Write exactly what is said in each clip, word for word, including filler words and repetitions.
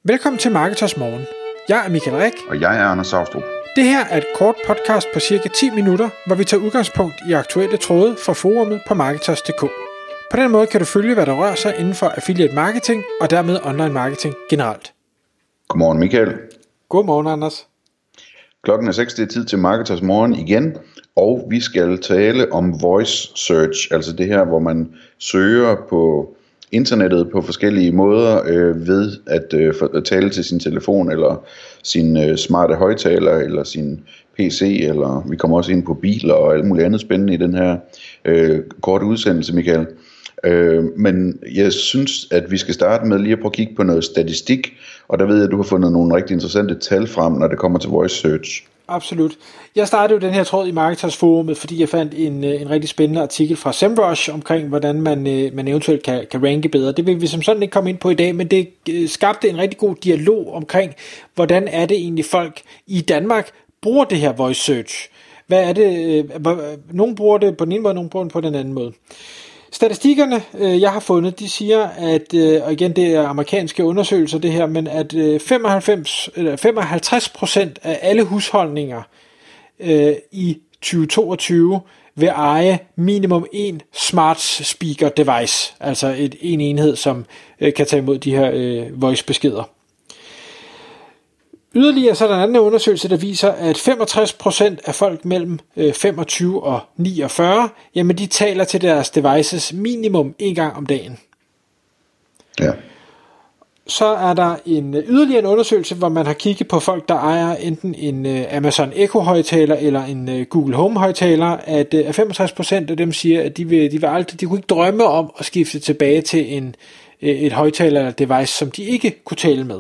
Velkommen til Marketers Morgen. Jeg er Michael Rik. Og jeg er Anders Saustrup. Det her er et kort podcast på cirka ti minutter, hvor vi tager udgangspunkt i aktuelle tråde fra forumet på Marketers punktum d k. På den måde kan du følge, hvad der rører sig inden for affiliate marketing og dermed online marketing generelt. Godmorgen Michael. Godmorgen Anders. Klokken er seks, det er tid til Marketers Morgen igen, og vi skal tale om voice search, altså det her, hvor man søger på internettet på forskellige måder øh, ved at øh, for, tale til sin telefon eller sin øh, smarte højttaler eller sin P C, eller vi kommer også ind på biler og alt muligt andet spændende i den her øh, korte udsendelse, Michael. Øh, men jeg synes, at vi skal starte med lige at prøve at kigge på noget statistik, og der ved jeg, at du har fundet nogle rigtig interessante tal frem, når det kommer til voice search. Absolut. Jeg startede jo den her tråd i Marketers forumet, fordi jeg fandt en, en rigtig spændende artikel fra SEMrush omkring, hvordan man, man eventuelt kan, kan ranke bedre. Det vil vi som sådan ikke komme ind på i dag, men det skabte en rigtig god dialog omkring, hvordan er det egentlig folk i Danmark bruger det her voice search. Hvad er det? Nogle bruger det på den ene måde, nogle bruger det på den anden måde. Statistikkerne, jeg har fundet, de siger, at, og igen det er amerikanske undersøgelser det her, men at femoghalvfems, eller femoghalvtreds procent af alle husholdninger øh, i tyve toogtyve vil eje minimum en smart speaker device, altså et, en enhed, som øh, kan tage imod de her øh, voice beskeder. Yderligere så er der en anden undersøgelse, der viser, at femogtres procent af folk mellem femogtyve og niogfyrre, jamen de taler til deres devices minimum en gang om dagen. Ja. Så er der en yderligere en undersøgelse, hvor man har kigget på folk, der ejer enten en Amazon Echo højttaler eller en Google Home højttaler, at femogtres procent af dem siger, at de vil, de vil aldrig, de kunne ikke drømme om at skifte tilbage til en, et højttaler eller device, som de ikke kunne tale med.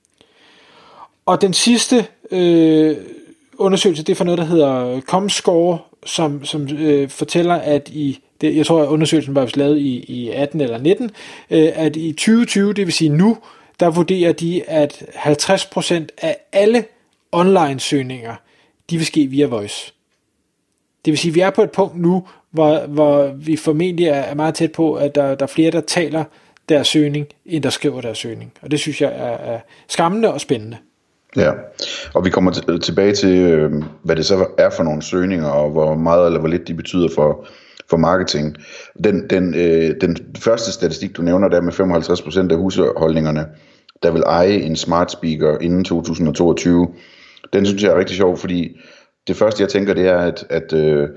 Og den sidste øh, undersøgelse, det er for noget, der hedder Comscore, som, som øh, fortæller, at i, det, jeg tror, at undersøgelsen var lavet i, i atten eller nitten, øh, at i tyve tyve, det vil sige nu, der vurderer de, at halvtreds procent af alle online-søgninger, de vil ske via voice. Det vil sige, at vi er på et punkt nu, hvor, hvor vi formentlig er meget tæt på, at der, der er flere, der taler deres søgning, end der skriver deres søgning. Og det synes jeg er, er skræmmende og spændende. Ja, og vi kommer t- tilbage til, øh, hvad det så er for nogle søgninger, og hvor meget eller hvor lidt de betyder for, for marketing. Den, den, øh, den første statistik, du nævner der med femoghalvtreds procent af husholdningerne, der vil eje en smart speaker inden to tusind toogtyve, den synes jeg er rigtig sjov, fordi det første jeg tænker, det er, at, at øh,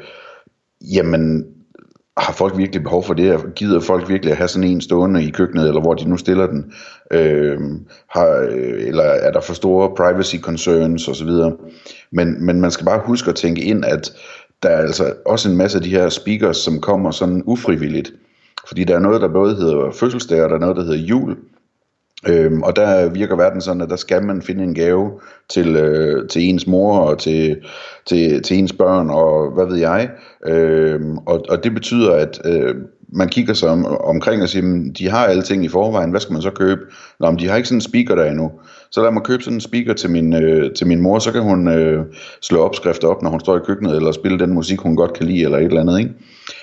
jamen, har folk virkelig behov for det? Gider folk virkelig at have sådan en stående i køkkenet, eller hvor de nu stiller den? Øh, har, eller er der for store privacy concerns osv.? Men, men man skal bare huske at tænke ind, at der er altså også en masse af de her speakers, som kommer sådan ufrivilligt. Fordi der er noget, der både hedder fødselsdag, og der er noget, der hedder jul. Øhm, og der virker verden sådan, at der skal man finde en gave til, øh, til ens mor og til, til, til ens børn og hvad ved jeg. Øhm, og, og det betyder, at øh, man kigger sig om, omkring og siger, de har alle ting i forvejen, hvad skal man så købe? Nå, men de har ikke sådan en speaker der endnu. Så lad mig købe sådan en speaker til min, øh, til min mor, så kan hun øh, slå opskrifter op, når hun står i køkkenet, eller spille den musik, hun godt kan lide, eller et eller andet, ikke?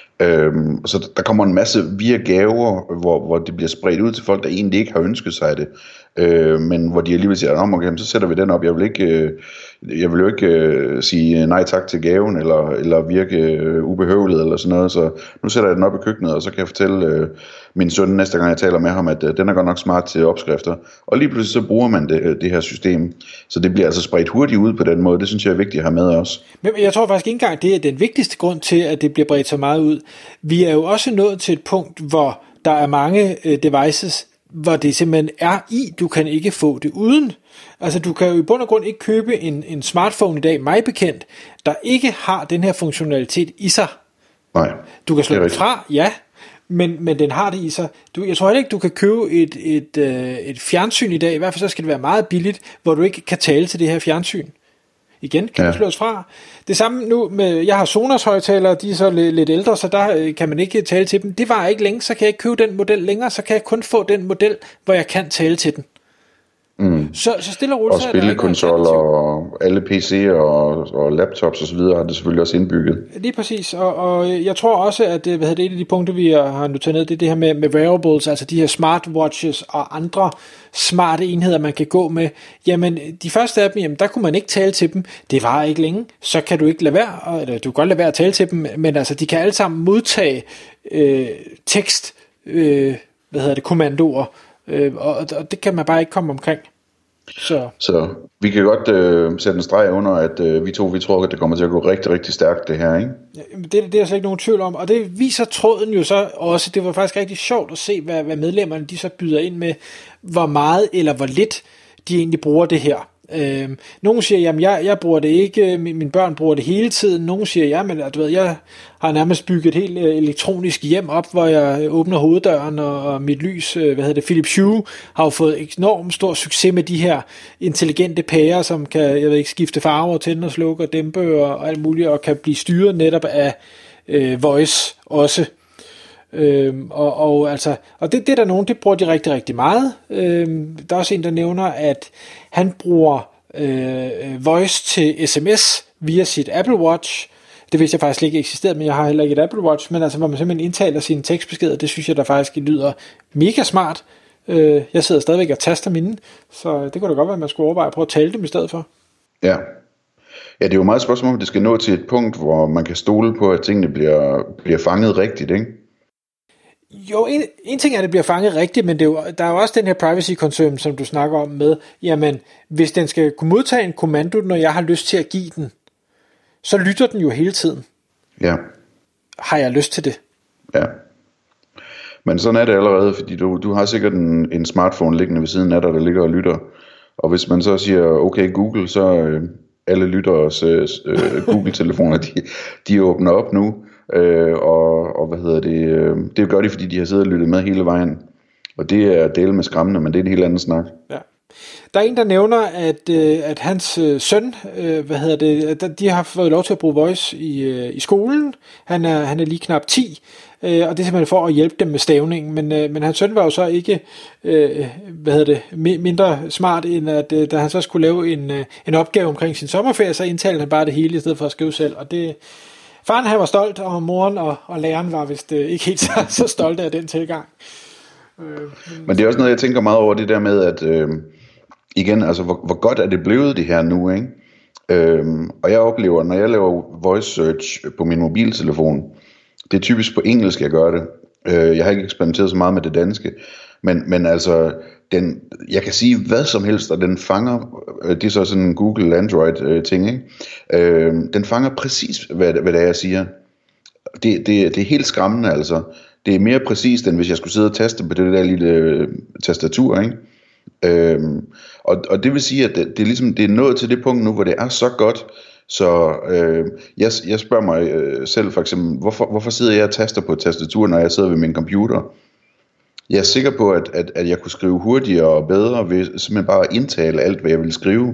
Øhm, så der kommer en masse via gaver, hvor, hvor det bliver spredt ud til folk, der egentlig ikke har ønsket sig det, øh, men hvor de alligevel siger, om okay, så sætter vi den op. Jeg vil ikke, øh, jeg vil jo ikke øh, sige nej tak til gaven, eller, eller virke øh, ubehøveligt, eller sådan noget, så nu sætter jeg den op i køkkenet, og så kan jeg fortælle øh, min søn næste gang jeg taler med ham, at øh, den er godt nok smart til opskrifter, og lige pludselig så bruger man det, det her system, så det bliver altså spredt hurtigt ud på den måde. Det synes jeg er vigtigt at have med også. Men jeg tror faktisk ikke engang, det er den vigtigste grund til, at det bliver bredt så meget ud. Vi er jo også nået til et punkt, hvor der er mange øh, devices, hvor det simpelthen er i, du kan ikke få det uden. Altså du kan jo i bund og grund ikke købe en, en smartphone i dag, mig bekendt, der ikke har den her funktionalitet i sig. Nej. Du kan slå den fra, ja, men, men den har det i sig. Du, jeg tror heller ikke, du kan købe et, et, øh, et fjernsyn i dag, i hvert fald så skal det være meget billigt, hvor du ikke kan tale til det her fjernsyn. Igen kan ja. Du slås fra. Det samme nu med, jeg har Sonos højttalere, de er så lidt, lidt ældre, så der kan man ikke tale til dem. Det var ikke længe, så kan jeg ikke købe den model længere, så kan jeg kun få den model, hvor jeg kan tale til den. Mm. Så, så stille og roligt. Og spillekonsoller og alle P C'er og, og laptops og så videre har det selvfølgelig også indbygget. Lige præcis, og, og jeg tror også, at hvad hedder det, et af de punkter, vi har noteret ned, det er det her med, med wearables, altså de her smartwatches og andre smarte enheder, man kan gå med. Jamen, de første af dem, jamen, der kunne man ikke tale til dem. Det var ikke længe, så kan du ikke lade være, eller du kan godt lade være at tale til dem, men altså, de kan alle sammen modtage øh, tekst, øh, hvad hedder det, kommandoer, øh, og, og det kan man bare ikke komme omkring. Så, så vi kan godt øh, sætte en streg under, at øh, vi to vi tror, at det kommer til at gå rigtig, rigtig stærkt det her, ikke? Ja, det, det er der slet ikke nogen tvivl om, og det viser tråden jo så også. Det var faktisk rigtig sjovt at se, hvad, hvad medlemmerne de så byder ind med, hvor meget eller hvor lidt de egentlig bruger det her. Øhm, nogle siger, jamen jeg, jeg bruger det ikke, mine børn bruger det hele tiden. Nogle siger, jamen du ved, jeg har nærmest bygget et helt elektronisk hjem op, hvor jeg åbner hoveddøren, og, og mit lys, hvad hedder det, Philips Hue, har jo fået enormt stor succes med de her intelligente pærer, som kan, jeg ved ikke, skifte farver, tænde og slukke og dæmpe og, og alt muligt, og kan blive styret netop af øh, voice også. Øhm, og, og, altså, og det, det er der nogen, det bruger de rigtig, rigtig meget. Øhm, der er også en, der nævner, at han bruger øh, voice til sms via sit Apple Watch. Det vidste jeg faktisk ikke eksisterede, men jeg har heller ikke et Apple Watch, men altså, hvor man simpelthen indtaler sine tekstbeskeder, det synes jeg, der faktisk lyder mega smart. Øh, jeg sidder stadigvæk og taster mine, så det kunne da godt være, at man skulle overveje at prøve at tale dem i stedet for. Ja. Ja, det er jo meget spørgsmål, om det skal nå til et punkt, hvor man kan stole på, at tingene bliver, bliver fanget rigtigt, ikke? Jo, en, en ting er, at det bliver fanget rigtigt, men det er jo, der er jo også den her privacy concern, som du snakker om med, jamen, hvis den skal kunne modtage en kommando, når jeg har lyst til at give den, så lytter den jo hele tiden. Ja. Har jeg lyst til det? Ja. Men sådan er det allerede, fordi du, du har sikkert en, en smartphone liggende ved siden af dig, der ligger og lytter. Og hvis man så siger, okay Google, så øh, alle lytteres øh, Google-telefoner, de, de åbner op nu. Øh, og, og hvad hedder det øh, det gør de, fordi de har siddet og lyttet med hele vejen, og det er dele med skræmmende, men det er en helt anden snak. Ja. Der er en, der nævner, at, øh, at hans øh, søn, øh, hvad hedder det, at de har fået lov til at bruge voice i, øh, i skolen. Han er, han er lige knap ti, øh, og det er simpelthen for at hjælpe dem med stavningen, men, øh, men hans søn var jo så ikke øh, hvad hedder det, mindre smart, end at øh, da han så skulle lave en, øh, en opgave omkring sin sommerferie, så indtalte han bare det hele, i stedet for at skrive selv, og det faren han var stolt, og moren og, og læreren var vist øh, ikke helt så, så stolte af den tilgang. Øh, men... men det er også noget, jeg tænker meget over, det der med, at øh, igen, altså hvor, hvor godt er det blevet det her nu, ikke? Øh, og jeg oplever, når jeg laver voice search på min mobiltelefon, det er typisk på engelsk, jeg gør det. Øh, jeg har ikke eksperimenteret så meget med det danske, men, men altså, den, jeg kan sige hvad som helst, og den fanger, det er så sådan en Google Android øh, ting, ikke? Øh, den fanger præcis, hvad, hvad det er, jeg siger. Det, det, det er helt skræmmende, altså. Det er mere præcist, end hvis jeg skulle sidde og taste på det der lille øh, tastatur, ikke? Øh, og, og det vil sige, at det, det, er ligesom, det er nået til det punkt nu, hvor det er så godt, så øh, jeg, jeg spørger mig øh, selv for eksempel, hvorfor, hvorfor sidder jeg og taster på et tastatur, når jeg sidder ved min computer? Jeg er sikker på, at, at, at jeg kunne skrive hurtigere og bedre ved simpelthen bare at indtale alt, hvad jeg vil skrive.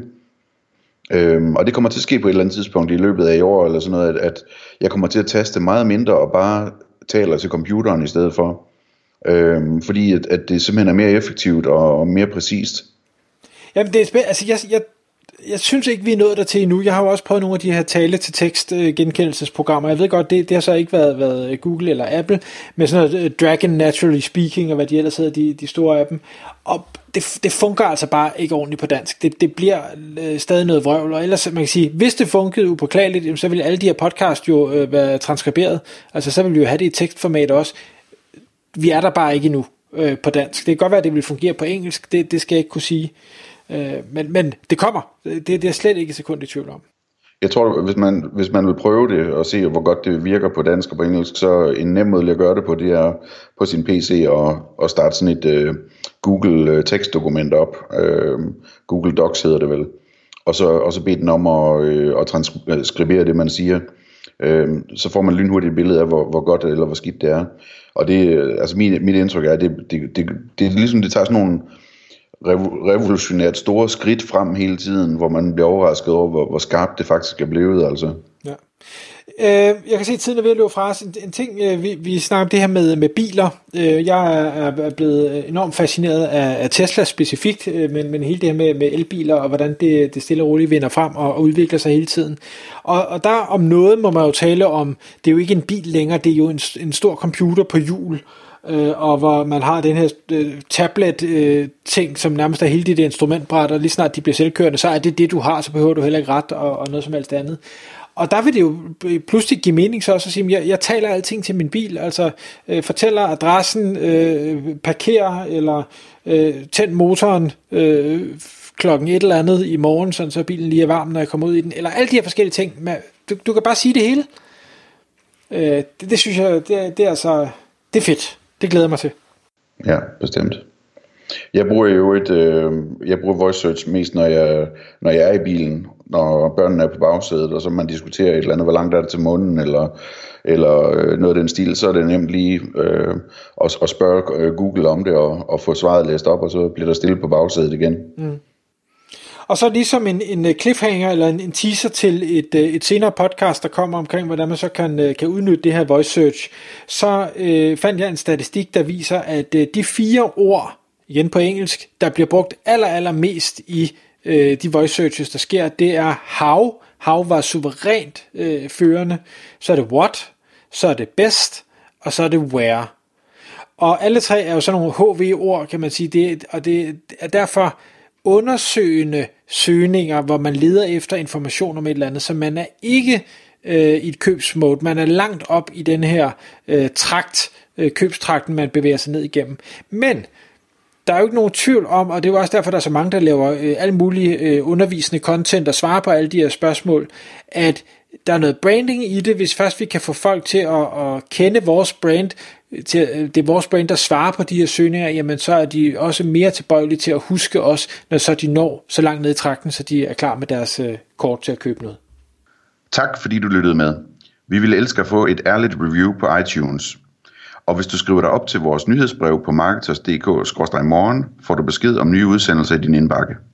Øhm, og det kommer til at ske på et eller andet tidspunkt i løbet af i år, eller sådan noget, at, at jeg kommer til at taste meget mindre og bare taler til computeren i stedet for. Øhm, fordi at, at det simpelthen er mere effektivt og, og mere præcist. Jamen det er spændende. Altså jeg, jeg, jeg synes ikke, vi er nået der til endnu. Jeg har jo også prøvet nogle af de her tale-til-tekst genkendelsesprogrammer. Jeg ved godt, det, det har så ikke været, været Google eller Apple, med sådan noget Dragon Naturally Speaking, og hvad de ellers hedder, de, de store af dem. Og det, det fungerer altså bare ikke ordentligt på dansk. Det, det bliver øh, stadig noget vrøvl, og ellers man kan sige, hvis det fungerede upåklageligt, så ville alle de her podcast jo øh, være transkriberet. Altså så ville vi jo have det i tekstformat også. Vi er der bare ikke endnu øh, på dansk. Det kan godt være, at det vil fungere på engelsk, det, det skal jeg ikke kunne sige. Øh, men, men det kommer. Det, det er slet ikke et sekund i tvivl om. Jeg tror, hvis man, hvis man vil prøve det og se, hvor godt det virker på dansk og på engelsk, så en nem måde at gøre det på, det er på sin P C og, og starte sådan et uh, Google tekstdokument op. Uh, Google Docs hedder det vel. Og så, og så bede den om at, uh, at transkribere det, man siger. Uh, så får man lynhurtigt et billede af, hvor, hvor godt eller hvor skidt det er. Og det, altså mit, mit indtryk er, at det, det, det, det er ligesom, det tager sådan nogle revolutionært store skridt frem hele tiden, hvor man bliver overrasket over, hvor, hvor skarpt det faktisk er blevet, altså. Ja. Øh, jeg kan se, at tiden er ved at løbe fra os. En, en ting, øh, vi, vi snakker om det her med, med biler. Øh, jeg er, er blevet enormt fascineret af, af Tesla specifikt, øh, men, men hele det her med, med elbiler, og hvordan det, det stille og roligt vinder frem og, og udvikler sig hele tiden. Og, og der om noget må man jo tale om, det er jo ikke en bil længere, det er jo en, en stor computer på hjul, øh, og hvor man har den her øh, tablet-ting, øh, som nærmest er hele dit instrumentbræt, og lige snart de bliver selvkørende, så er det det, du har, så behøver du heller ikke ret og, og noget som helst andet. Og der vil det jo pludselig give mening så også at sige, jeg, jeg taler alting til min bil, altså øh, fortæller adressen, øh, parker eller øh, tænd motoren øh, klokken et eller andet i morgen, sådan så bilen lige er varm, når jeg kommer ud i den, eller alle de her forskellige ting. Men du, du kan bare sige det hele. Øh, det, det synes jeg, det, det er altså, det er fedt. Det glæder mig til. Ja, bestemt. Jeg bruger jo et, øh, jeg bruger voice search mest, når jeg, når jeg er i bilen, når børnene er på bagsædet, og så man diskuterer et eller andet, hvor langt er det til munden, eller, eller øh, noget af den stil, så er det nemt lige øh, at, at spørge øh, Google om det, og, og få svaret læst op, og så bliver der stille på bagsædet igen. Mm. Og så ligesom en, en cliffhanger, eller en, en teaser til et, et senere podcast, der kommer omkring, hvordan man så kan, kan udnytte det her voice search, så øh, fandt jeg en statistik, der viser, at øh, de fire ord, igen på engelsk, der bliver brugt aller, aller mest i øh, de voice searches, der sker, det er how. How var suverænt øh, førende. Så er det what, så er det best, og så er det where. Og alle tre er jo sådan nogle H V-ord, kan man sige, det, og det er derfor undersøgende søgninger, hvor man leder efter information om et eller andet, så man er ikke øh, i et købsmode, man er langt op i den her øh, trakt, øh, købstrakten, man bevæger sig ned igennem. Men der er jo ikke nogen tvivl om, og det er jo også derfor, der er så mange, der laver øh, alle mulige øh, undervisende content og svarer på alle de her spørgsmål, at der er noget branding i det, hvis først vi kan få folk til at, at kende vores brand, til, det er vores brand, der svarer på de her søgninger, jamen så er de også mere tilbøjelige til at huske os, når så de når så langt ned i trakten, så de er klar med deres øh, kort til at købe noget. Tak fordi du lyttede med. Vi ville elske at få et ærligt review på iTunes. Og hvis du skriver dig op til vores nyhedsbrev på marketers punktum d k skråstreg morgen, får du besked om nye udsendelser i din indbakke.